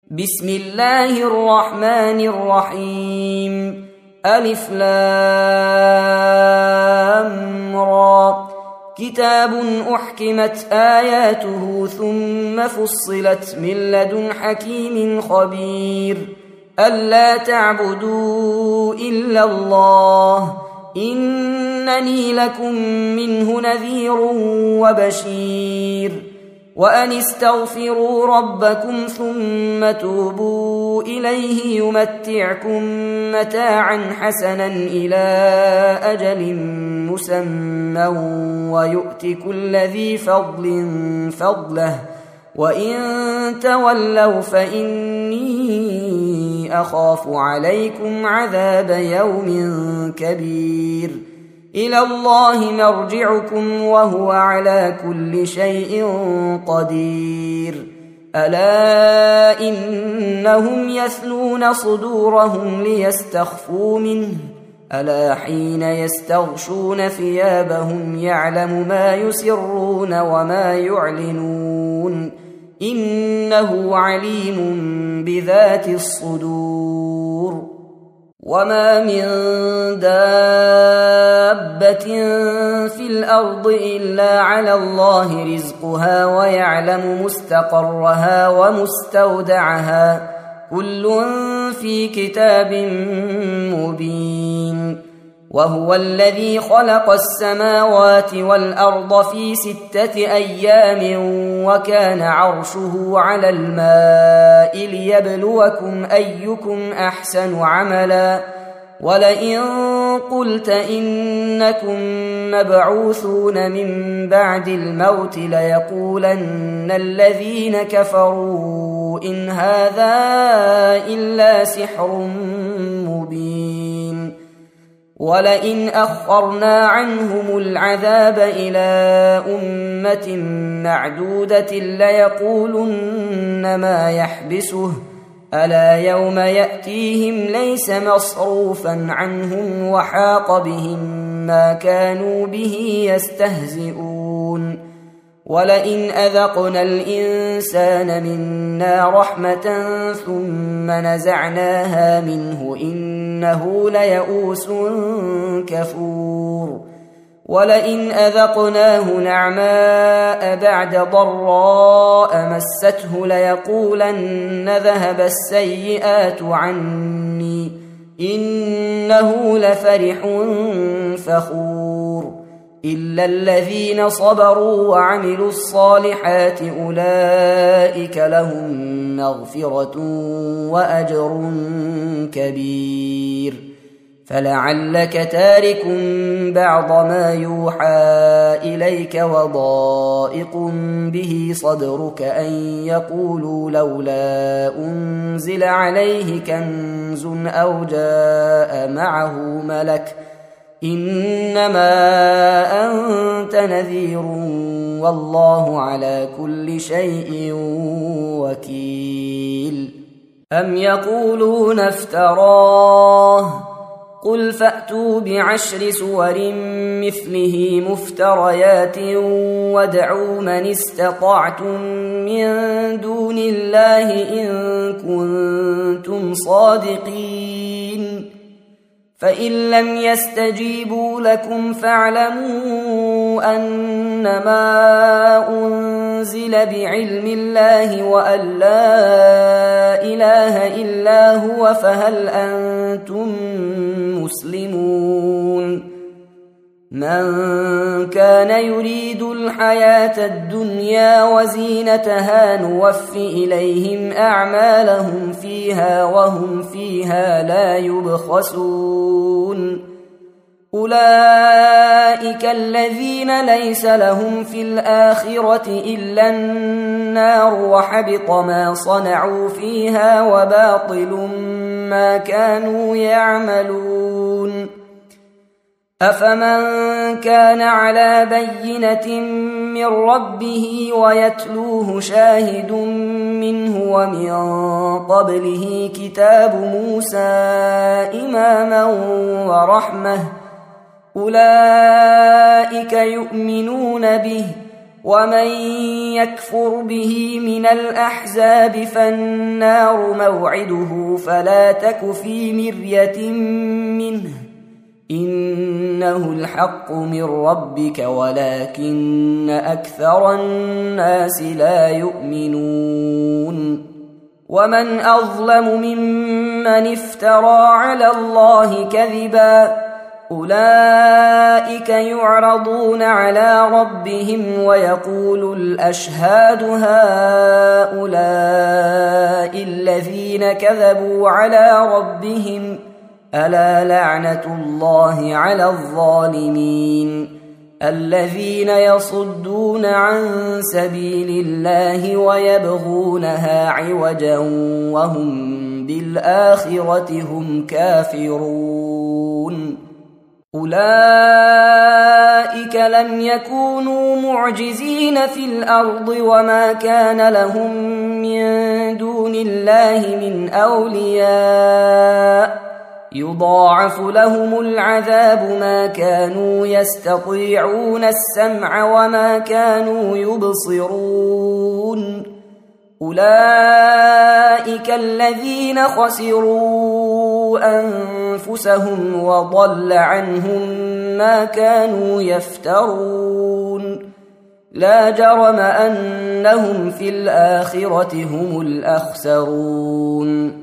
بسم الله الرحمن الرحيم. ألف لام را. كتاب أحكمت آياته ثم فصلت من لدن حكيم خبير. ألا تعبدوا إلا الله إنني لكم منه نذير وبشير. وأن استغفروا ربكم ثم توبوا إليه يمتعكم متاعا حسنا إلى أجل مسمى ويؤت كل ذي فضل فضله وإن تولوا فإني أخاف عليكم عذاب يوم كبير. إلى الله مرجعكم وهو على كل شيء قدير. ألا إنهم يثنون صدورهم ليستخفوا منه ألا حين يستغشون ثيابهم يعلم ما يسرون وما يعلنون إنه عليم بذات الصدور. وما من دابة في الأرض إلا على الله رزقها ويعلم مستقرها ومستودعها كل في كتاب مبين. وهو الذي خلق السماوات والأرض في 6 أيام وكان عرشه على الماء ليبلوكم أيكم أحسن عملا. ولئن قلت إنكم مبعوثون من بعد الموت ليقولن الذين كفروا إن هذا إلا سحر مبين. ولئن أخرنا عنهم العذاب إلى أمة معدودة ليقولن ما يحبسه ألا يوم يأتيهم ليس مصروفا عنهم وحاق بهم ما كانوا به يستهزئون. ولئن أذقنا الإنسان منا رحمة ثم نزعناها منه إنه ليئوس كفور. ولئن أذقناه نعماء بعد ضراء مسته ليقولن ذهب السيئات عني إنه لفرح فخور. إلا الذين صبروا وعملوا الصالحات أولئك لهم مغفرة وأجر كبير. فلعلك تارك بعض ما يوحى إليك وضائق به صدرك أن يقولوا لولا أنزل عليه كنز أو جاء معه ملك إنما أنت نذير والله على كل شيء وكيل. أم يقولون افتراه قل فأتوا ب10 سور مثله مفتريات وادعوا من استطعتم من دون الله إن كنتم صادقين. فإن لم يستجيبوا لكم فاعلموا أنما أنزل بعلم الله وأن لا إله إلا هو فهل أنتم مسلمون. من كان يريد الحياة الدنيا وزينتها نوف إليهم أعمالهم فيها وهم فيها لا يبخسون. أولئك الذين ليس لهم في الآخرة إلا النار وحبط ما صنعوا فيها وباطل ما كانوا يعملون. أفمن كان على بينة من ربه ويتلوه شاهد منه ومن قبله كتاب موسى إماما ورحمة أولئك يؤمنون به ومن يكفر به من الأحزاب فالنار موعده فلا تك في مرية منه إنه الحق من ربك ولكن أكثر الناس لا يؤمنون ومن أظلم ممن افترى على الله كذبا أولئك يعرضون على ربهم ويقول الأشهاد هؤلاء الذين كذبوا على ربهم ألا لعنة الله على الظالمين الذين يصدون عن سبيل الله ويبغونها عوجا وهم بالآخرة هم كافرون أولئك لم يكونوا معجزين في الأرض وما كان لهم من دون الله من أولياء يضاعف لهم العذاب ما كانوا يستطيعون السمع وما كانوا يبصرون أولئك الذين خسروا أنفسهم وضل عنهم ما كانوا يفترون لا جرم أنهم في الآخرة هم الأخسرون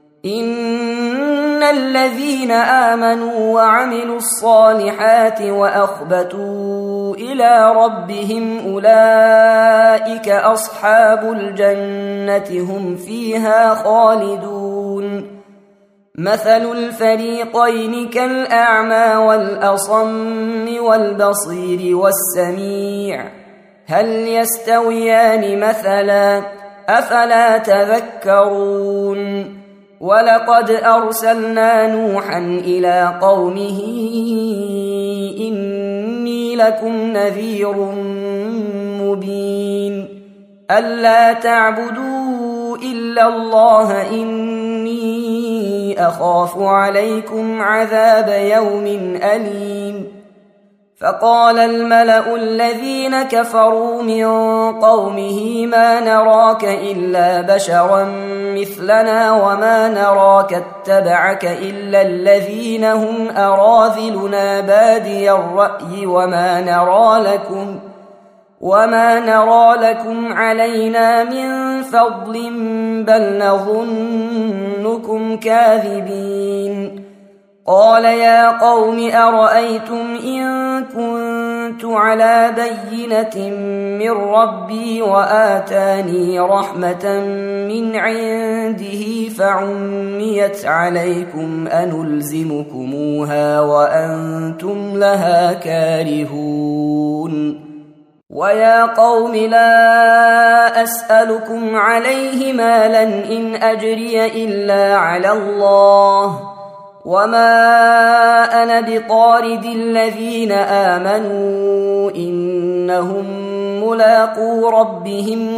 إن الذين آمنوا وعملوا الصالحات وأخبتوا إلى ربهم أولئك أصحاب الجنة هم فيها خالدون مثل الفريقين كالأعمى والأصم والبصير والسميع هل يستويان مثلا أفلا تذكرون ولقد أرسلنا نوحا إلى قومه إني لكم نذير مبين ألا تعبدوا إلا الله إني أخاف عليكم عذاب يوم أليم فقال الملأ الذين كفروا من قومه ما نراك إلا بشرا مثلنا وما نراك اتبعك إلا الذين هم أراذلنا بادي الرأي وما نرى لكم علينا من فضل بل نظنكم كاذبين قال يا قوم أرأيتم إن كنت على بينة من ربي وآتاني رحمة من عنده فعميت عليكم أنلزمكموها وأنتم لها كارهون ويا قوم لا أسألكم عليه مالا إن أجري إلا على الله وما أنا بطارد الذين آمنوا إنهم ملاقو ربهم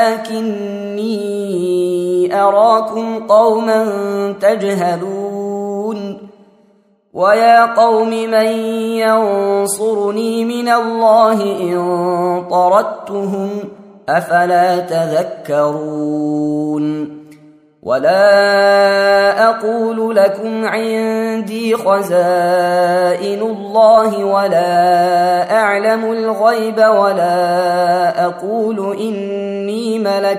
ولكني أراكم قوما تجهلون ويا قوم من ينصرني من الله إن طردتهم أفلا تذكرون ولا أقول لكم عندي خزائن الله ولا أعلم الغيب ولا أقول إني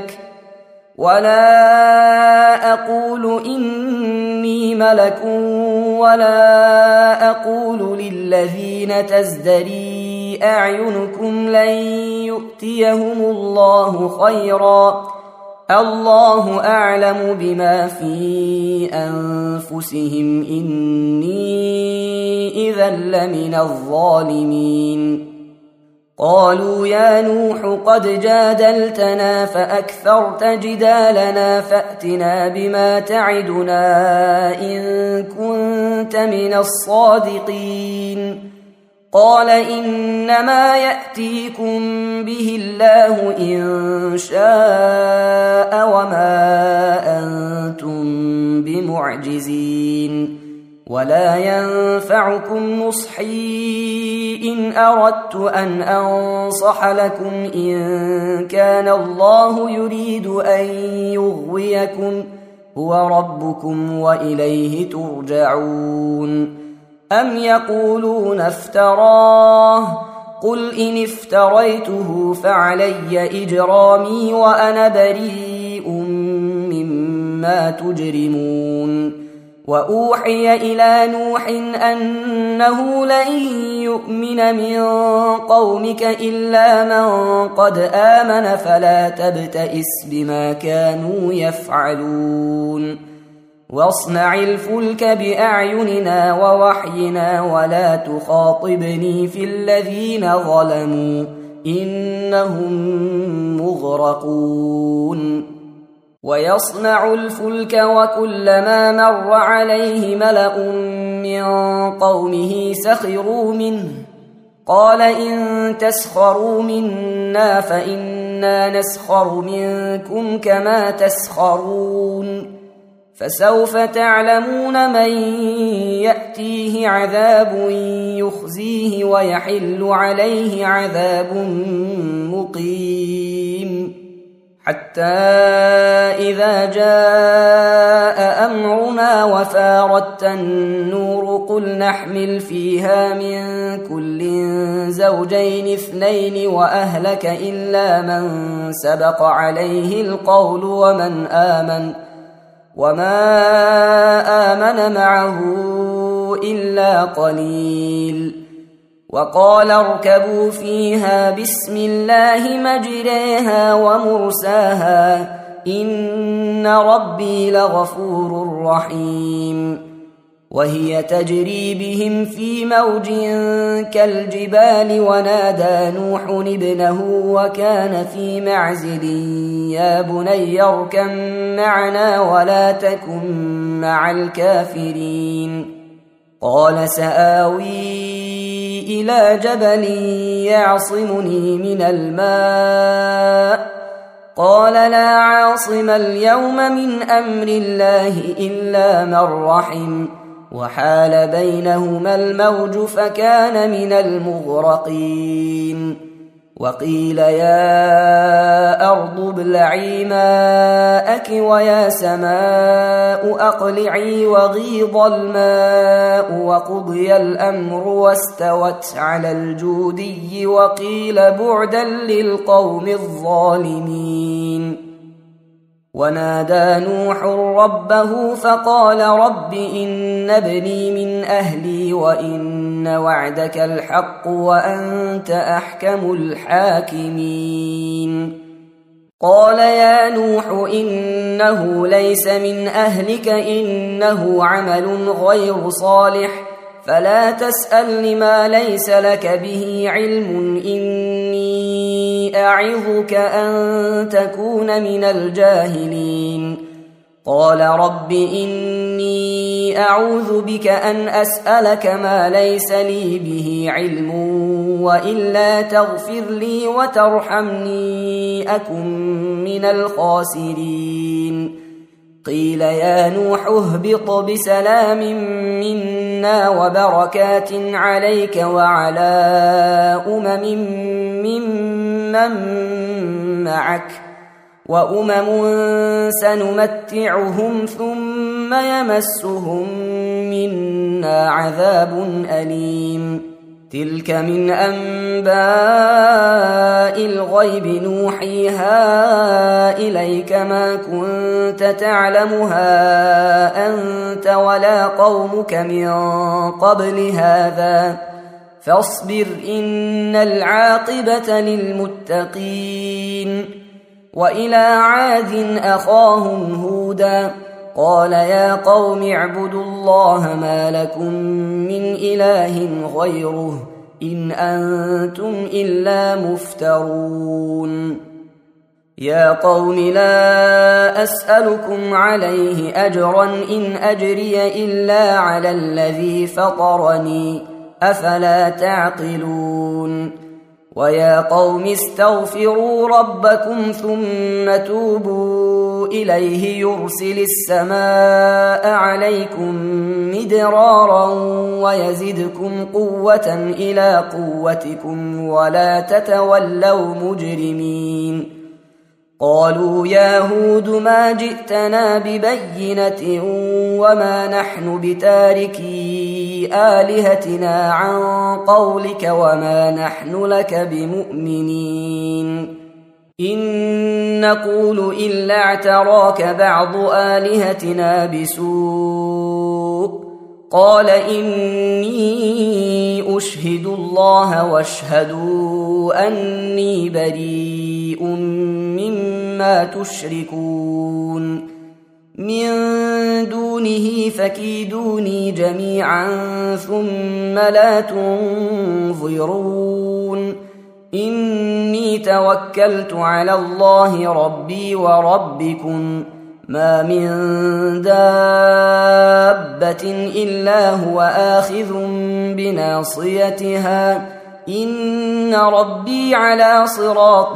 ملك ولا أقول للذين تزدري أعينكم لن يؤتيهم الله خيرا الله أعلم بما في أنفسهم إني إذا لمن الظالمين قالوا يا نوح قد جادلتنا فأكثرت جدالنا فأتنا بما تعدنا إن كنت من الصادقين قال إنما يأتيكم به الله إن شاء وما أنتم بمعجزين ولا ينفعكم نصحي إن أردت أن أنصح لكم إن كان الله يريد أن يغويكم هو ربكم وإليه ترجعون. أم يقولون افتراه قل إن افتريته فعلي إجرامي وأنا بريء مما تجرمون. وأوحي إلى نوح أنه لن يؤمن من قومك إلا من قد آمن فلا تبتئس بما كانوا يفعلون. واصنع الفلك بأعيننا ووحينا ولا تخاطبني في الذين ظلموا إنهم مغرقون. ويصنع الفلك وكلما مر عليه ملأ من قومه سخروا منه قال إن تسخروا منا فإنا نسخر منكم كما تسخرون. فسوف تعلمون من يأتيه عذاب يخزيه ويحل عليه عذاب مقيم. حتى إذا جاء أمرنا وفارت النور قل نحمل فيها من كل زوجين اثنين وأهلك إلا من سبق عليه القول وما آمن معه إلا قليل. وقال اركبوا فيها بسم الله مجريها ومرساها إن ربي لغفور رحيم. وهي تجري بهم في موج كالجبال ونادى نوح ابنه وكان في معزل يا بني اركب معنا ولا تكن مع الكافرين. قال سآوي إلى جبل يعصمني من الماء قال لا عاصم اليوم من أمر الله إلا من رحم وحال بينهما الموج فكان من المغرقين. وقيل يا أرض ابلعي ماءك ويا سماء أقلعي وغيض الماء وقضي الأمر واستوت على الجودي وقيل بعدا للقوم الظالمين. ونادى نوح ربه فقال رب إن ابني من أهلي وإن وعدك الحق وأنت أحكم الحاكمين. قال يا نوح إنه ليس من أهلك إنه عمل غير صالح فلا تسألني ما ليس لك به علم إني أعظك أن تكون من الجاهلين. قال رب إني أعوذ بك أن أسألك ما ليس لي به علم وإلا تغفر لي وترحمني أكن من الخاسرين. قيل يا نوح اهبط بسلام منا وبركات عليك وعلى ممن معك وأمم سنمتعهم ثم يمسهم منا عذاب أليم. تلك من أنباء الغيب نوحيها إليك ما كنت تعلمها أنت ولا قومك من قبل هذا فاصبر إن العاقبة للمتقين. وإلى عاد أخاهم هودا قال يا قوم اعبدوا الله ما لكم من إله غيره إن أنتم إلا مفترون. يا قوم لا أسألكم عليه أجرا إن أجري إلا على الذي فطرني أفلا تعقلون. ويا قوم استغفروا ربكم ثم توبوا إليه يرسل السماء عليكم مدرارا ويزدكم قوة إلى قوتكم ولا تتولوا مجرمين. قالوا يا هود ما جئتنا ببينة وما نحن بتاركي آلهتنا عن قولك وما نحن لك بمؤمنين إن نقول إلا اعتراك بعض آلهتنا بسوء قال إني أشهد الله واشهدوا أني بريء مما تشركون من دونه فكيدوني جميعا ثم لا تنظرون إني توكلت على الله ربي وربكم ما من دابة إلا هو آخذ بناصيتها إن ربي على صراط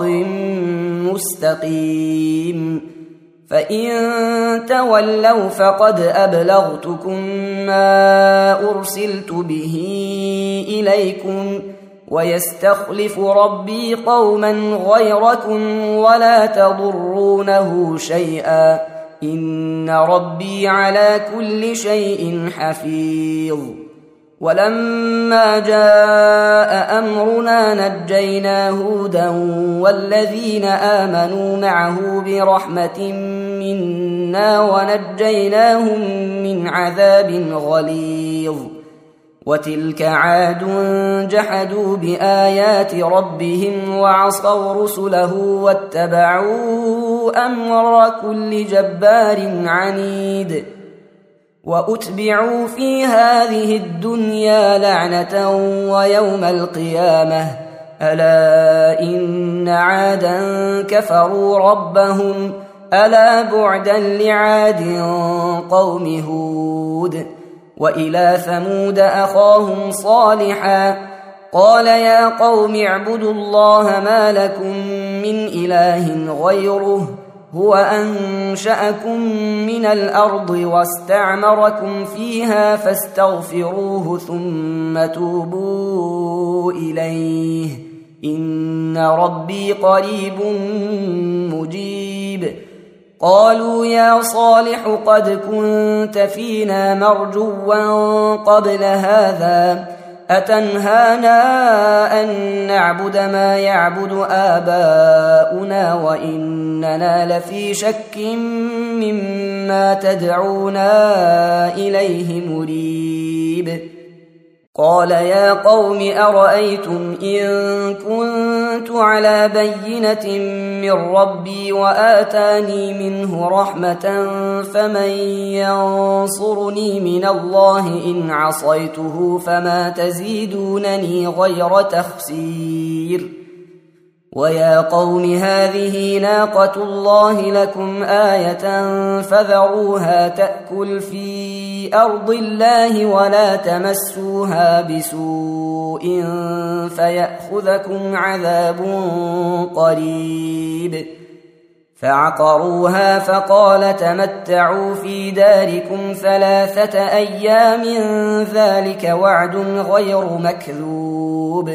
مستقيم. فإن تولوا فقد أبلغتكم ما أرسلت به إليكم ويستخلف ربي قوما غيركم ولا تضرونه شيئا إن ربي على كل شيء حفيظ. ولما جاء أمرنا نجينا هودا والذين آمنوا معه برحمة منا ونجيناهم من عذاب غليظ. وتلك عاد جحدوا بآيات ربهم وعصوا رسله واتبعوا أمر كل جبار عنيد. وأتبعوا في هذه الدنيا لعنة ويوم القيامة ألا إن عادا كفروا ربهم ألا بعدا لعاد قوم هود. وإلى ثمود أخاهم صالحا قال يا قوم اعبدوا الله ما لكم من إله غيره هو أنشأكم من الأرض واستعمركم فيها فاستغفروه ثم توبوا إليه إن ربي قريب مجيب. قالوا يا صالح قد كنت فينا مرجوا قبل هذا أتنهانا أن نعبد ما يعبد آباؤنا وإننا لفي شك مما تدعونا إليه مريب. قال يا قوم أرأيتم إن كنت على بينة من ربي وآتاني منه رحمة فمن ينصرني من الله إن عصيته فما تزيدونني غير تخسير. ويا قوم هذه ناقة الله لكم آية فذروها تأكل في أرض الله ولا تمسوها بسوء فيأخذكم عذاب قريب. فعقروها فقال تمتعوا في داركم 3 أيام ذلك وعد غير مكذوب.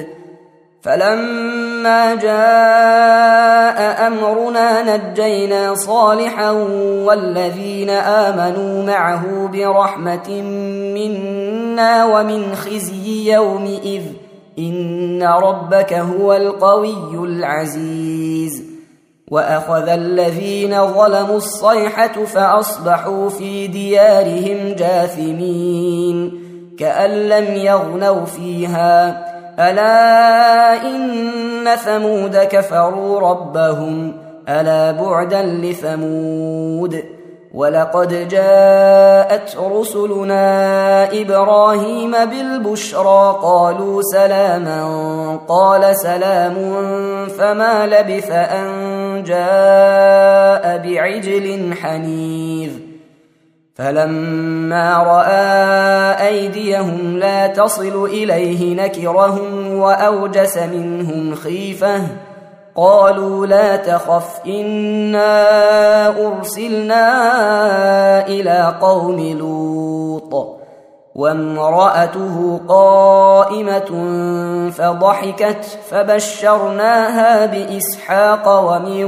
فلما جاء أمرنا نجينا صالحا والذين آمنوا معه برحمة منا ومن خزي يومئذ إن ربك هو القوي العزيز. وأخذ الذين ظلموا الصيحة فأصبحوا في ديارهم جاثمين كأن لم يغنوا فيها ألا إن ثمود كفروا ربهم ألا بعدا لثمود. ولقد جاءت رسلنا إبراهيم بالبشرى قالوا سلاما قال سلام فما لبث أن جاء بعجل حنيذ. فلما رأى أيديهم لا تصل إليه نكرهم وأوجس منهم خيفة قالوا لا تخف إنا أرسلنا إلى قوم لوط وامرأته قائمة فضحكت فبشرناها بإسحاق ومن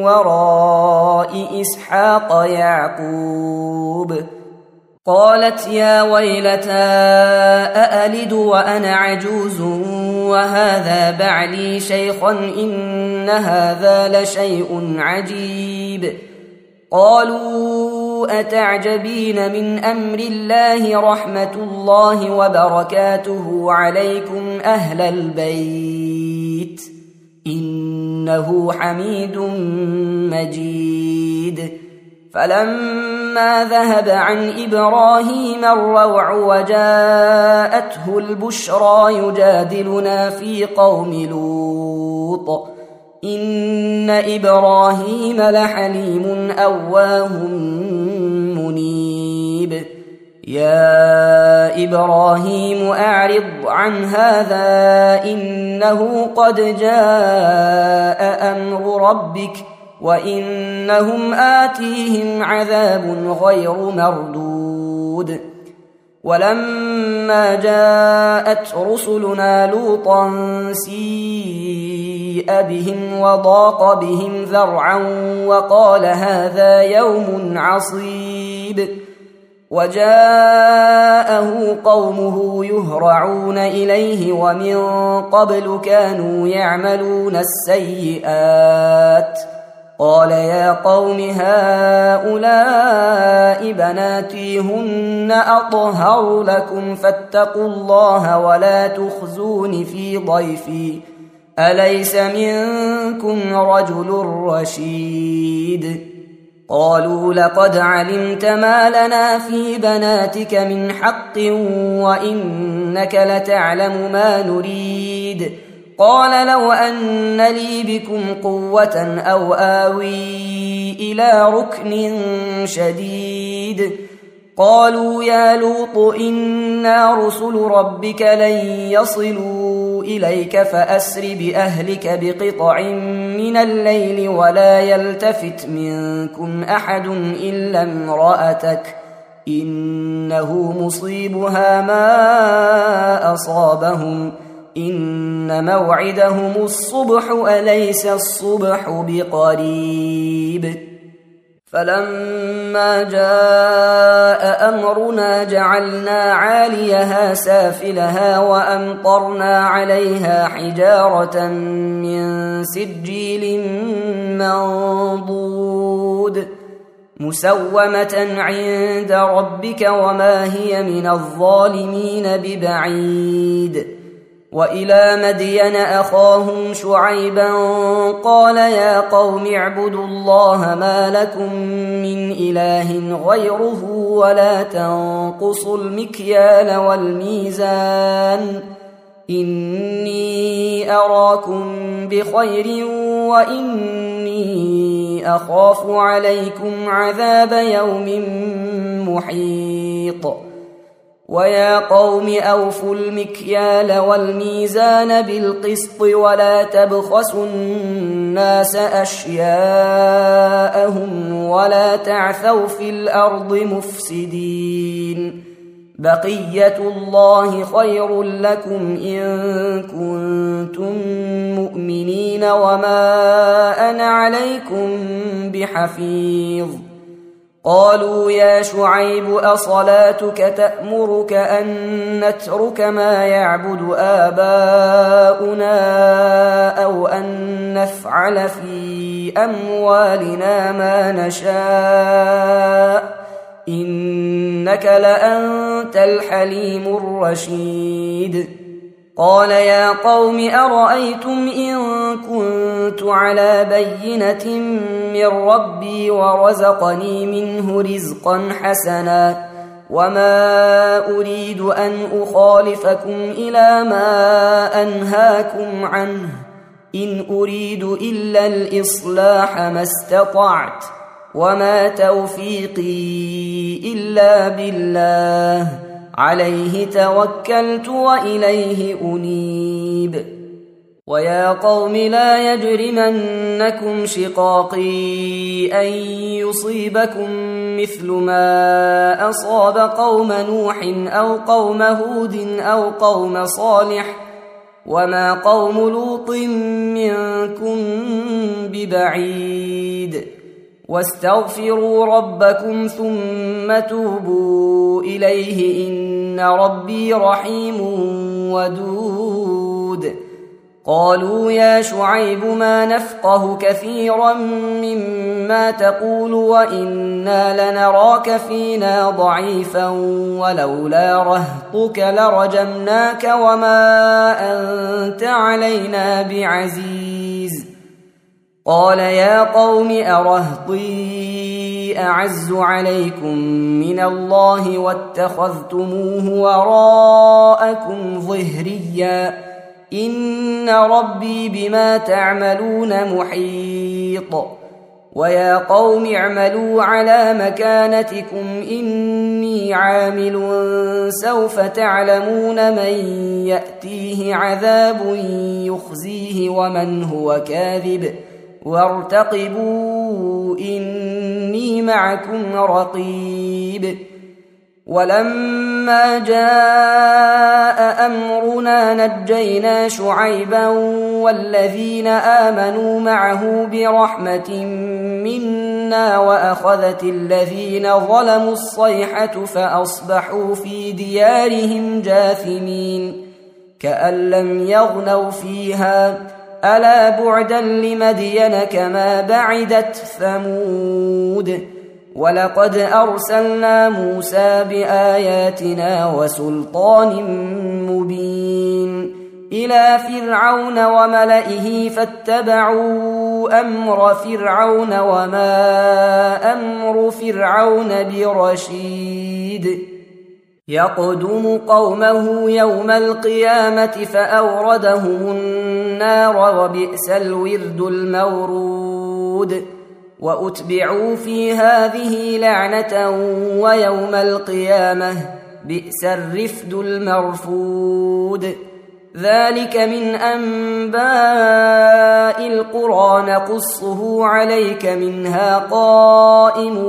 وراء إسحاق يعقوب قالت يا ويلتى أألد وأنا عجوز وهذا بعلي شيخا إن هذا لشيء عجيب قالوا أتعجبين من أمر الله رحمة الله وبركاته عليكم أهل البيت إنه حميد مجيد فلما ذهب عن إبراهيم الروع وجاءته البشرى يجادلنا في قوم لوط إن إبراهيم لحليم أواه منيب يا إبراهيم أعرض عن هذا إنه قد جاء أمر ربك وإنهم آتيهم عذاب غير مردود ولما جاءت رسلنا لوطا سيء بهم وضاق بهم ذرعا وقال هذا يوم عصيب وجاءه قومه يهرعون إليه ومن قبل كانوا يعملون السيئات قال يا قوم هؤلاء بناتي هن أطهر لكم فاتقوا الله ولا تخزون في ضيفي أليس منكم رجل رشيد قالوا لقد علمت ما لنا في بناتك من حق وإنك لتعلم ما نريد قال لو أن لي بكم قوة أو آوي إلى ركن شديد قالوا يا لوط إنا رسل ربك لن يصلوا إليك فأسر بأهلك بقطع من الليل ولا يلتفت منكم أحد إلا امرأتك إنه مصيبها ما أصابهم إن موعدهم الصبح أليس الصبح بقريب فلما جاء أمرنا جعلنا عاليها سافلها وأمطرنا عليها حجارة من سجيل منضود مسومة عند ربك وما هي من الظالمين ببعيد وإلى مدين أخاهم شعيبا قال يا قوم اعبدوا الله ما لكم من إله غيره ولا تنقصوا المكيال والميزان إني أراكم بخير وإني أخاف عليكم عذاب يوم محيط ويا قوم أوفوا المكيال والميزان بالقسط ولا تبخسوا الناس أشياءهم ولا تعثوا في الأرض مفسدين بقية الله خير لكم إن كنتم مؤمنين وما أنا عليكم بحفيظ قالوا يا شعيب أصلاتك تأمرك أن نترك ما يعبد آباؤنا أو أن نفعل في أموالنا ما نشاء إنك لأنت الحليم الرشيد قال يا قوم أرأيتم إن كنت على بينة من ربي ورزقني منه رزقا حسنا وما أريد أن أخالفكم إلى ما أنهاكم عنه إن أريد إلا الإصلاح ما استطعت وما توفيقي إلا بالله عليه توكلت وإليه أنيب. ويا قوم لا يجرمنكم شقاقي أن يصيبكم مثل ما أصاب قوم نوح أو قوم هود أو قوم صالح وما قوم لوط منكم ببعيد. واستغفروا ربكم ثم توبوا إليه إن ربي رحيم ودود. قالوا يا شعيب ما نفقه كثيرا مما تقول وإنا لنراك فينا ضعيفا ولولا رهطك لرجمناك وما أنت علينا بعزيز. قال يا قوم أرهطي أعز عليكم من الله واتخذتموه وراءكم ظهريا إن ربي بما تعملون محيط. ويا قوم اعملوا على مكانتكم إني عامل سوف تعلمون من يأتيه عذاب يخزيه ومن هو كاذب وارتقبوا إني معكم رقيب. ولما جاء أمرنا نجينا شعيبا والذين آمنوا معه برحمة منا وأخذت الذين ظلموا الصيحة فأصبحوا في ديارهم جاثمين كأن لم يغنوا فيها ألا بعدا لمدين كما بعدت ثمود. ولقد أرسلنا موسى بآياتنا وسلطان مبين إلى فرعون وملئه فاتبعوا أمر فرعون وما أمر فرعون برشيد. يقدم قومه يوم القيامة فأوردهم النار وبئس الورد المورود. وأتبعوا في هذه لعنة ويوم القيامة بئس الرفد المرفود. ذلك من أنباء القرى نقصه عليك منها قائم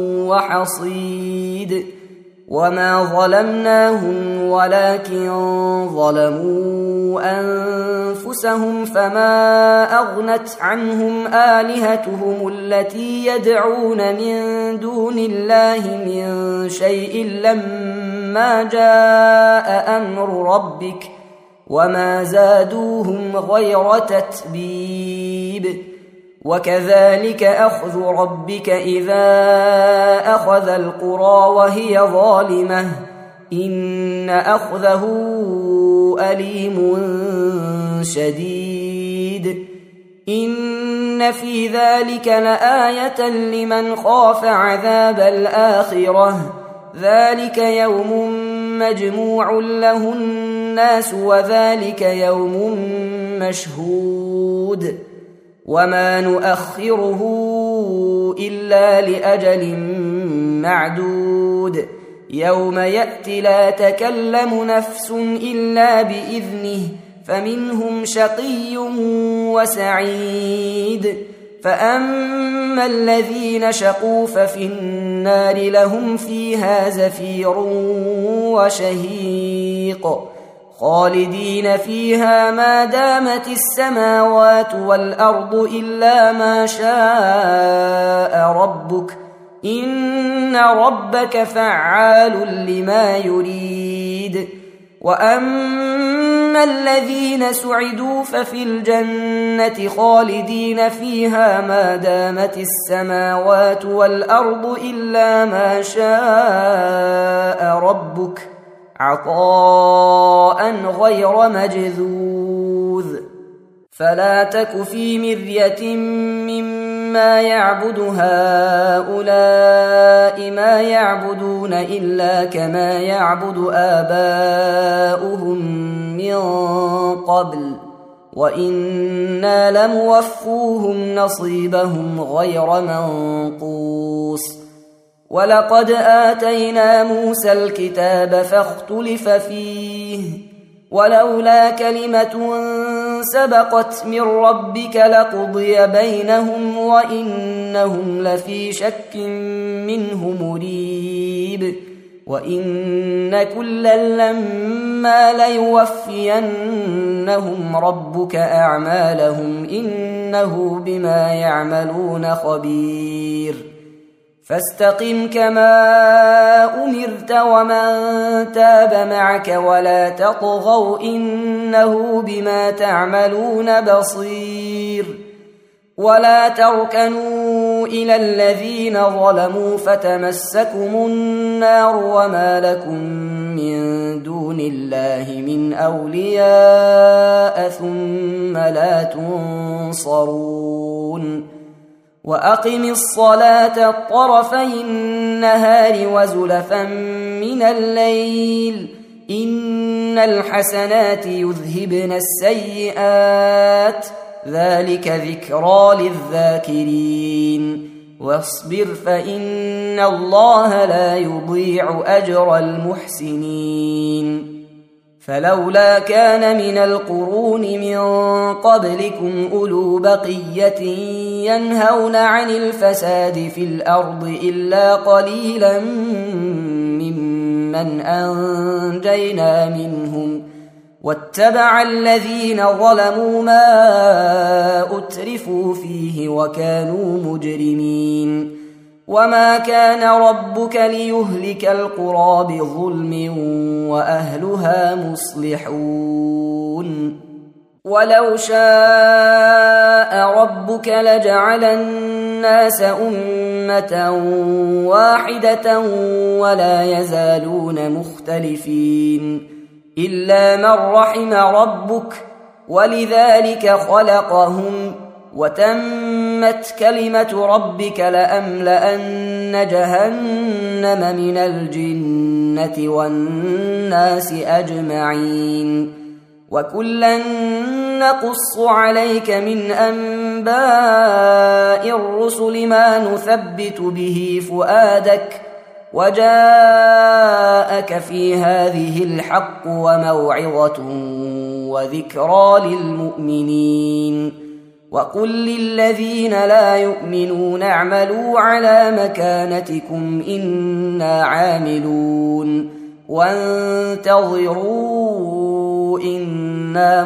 وحصيد. وما ظلمناهم ولكن ظلموا أنفسهم فما أغنت عنهم آلهتهم التي يدعون من دون الله من شيء لما جاء أمر ربك وما زادوهم غير تتبيب. وكذلك أخذ ربك إذا أخذ القرى وهي ظالمة إن أخذه أليم شديد. إن في ذلك لآية لمن خاف عذاب الآخرة ذلك يوم مجموع له الناس وذلك يوم مشهود. وما نؤخره إلا لأجل معدود يوم يأتي لا تكلم نفس إلا بإذنه فمنهم شقي وسعيد. فأما الذين شقوا ففي النار لهم فيها زفير وشهيق خالدين فيها ما دامت السماوات والأرض إلا ما شاء ربك إن ربك فعال لما يريد. وأما الذين سعدوا ففي الجنة خالدين فيها ما دامت السماوات والأرض إلا ما شاء ربك عطاء غير مجذوذ. فلا تك في مرية مما يعبد هؤلاء ما يعبدون إلا كما يعبد آباؤهم من قبل وإنا لموفوهم نصيبهم غير منقوص ولقد آتينا موسى الكتاب فاختلف فيه ولولا كلمة سبقت من ربك لقضي بينهم وإنهم لفي شك منه مريب وإن كلا لما ليوفينهم ربك أعمالهم إنه بما يعملون خبير فاستقم كما أمرت ومن تاب معك ولا تطغوا إنه بما تعملون بصير ولا تركنوا إلى الذين ظلموا فتمسكم النار وما لكم من دون الله من أولياء ثم لا تنصرون وأقم الصلاة طرفي النهار وزلفا من الليل إن الحسنات يذهبن السيئات ذلك ذكرى للذاكرين واصبر فإن الله لا يضيع أجر المحسنين فلولا كان من القرون من قبلكم أولو بقية ينهون عن الفساد في الأرض إلا قليلا ممن أنجينا منهم واتبع الذين ظلموا ما أترفوا فيه وكانوا مجرمين وما كان ربك ليهلك القرى بظلم وأهلها مصلحون ولو شاء ربك لجعل الناس أمة واحدة ولا يزالون مختلفين إلا من رحم ربك ولذلك خلقهم وتمت كلمة ربك لأملأن جهنم من الجنة والناس أجمعين وكلا نقص عليك من أنباء الرسل ما نثبت به فؤادك وجاءك في هذه الحق وموعظة وذكرى للمؤمنين وقل للذين لا يؤمنون اعملوا على مكانتكم إنا عاملون وانتظروا إنا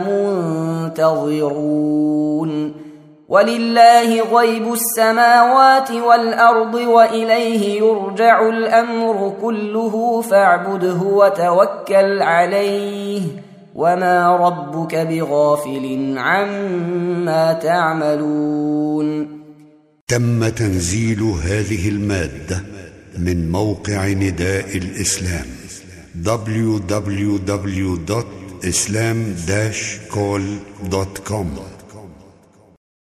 منتظرون ولله غيب السماوات والأرض وإليه يرجع الأمر كله فاعبده وتوكل عليه وما ربك بغافل عما تعملون. تم تنزيل هذه المادة من موقع نداء الإسلام www.islam-call.com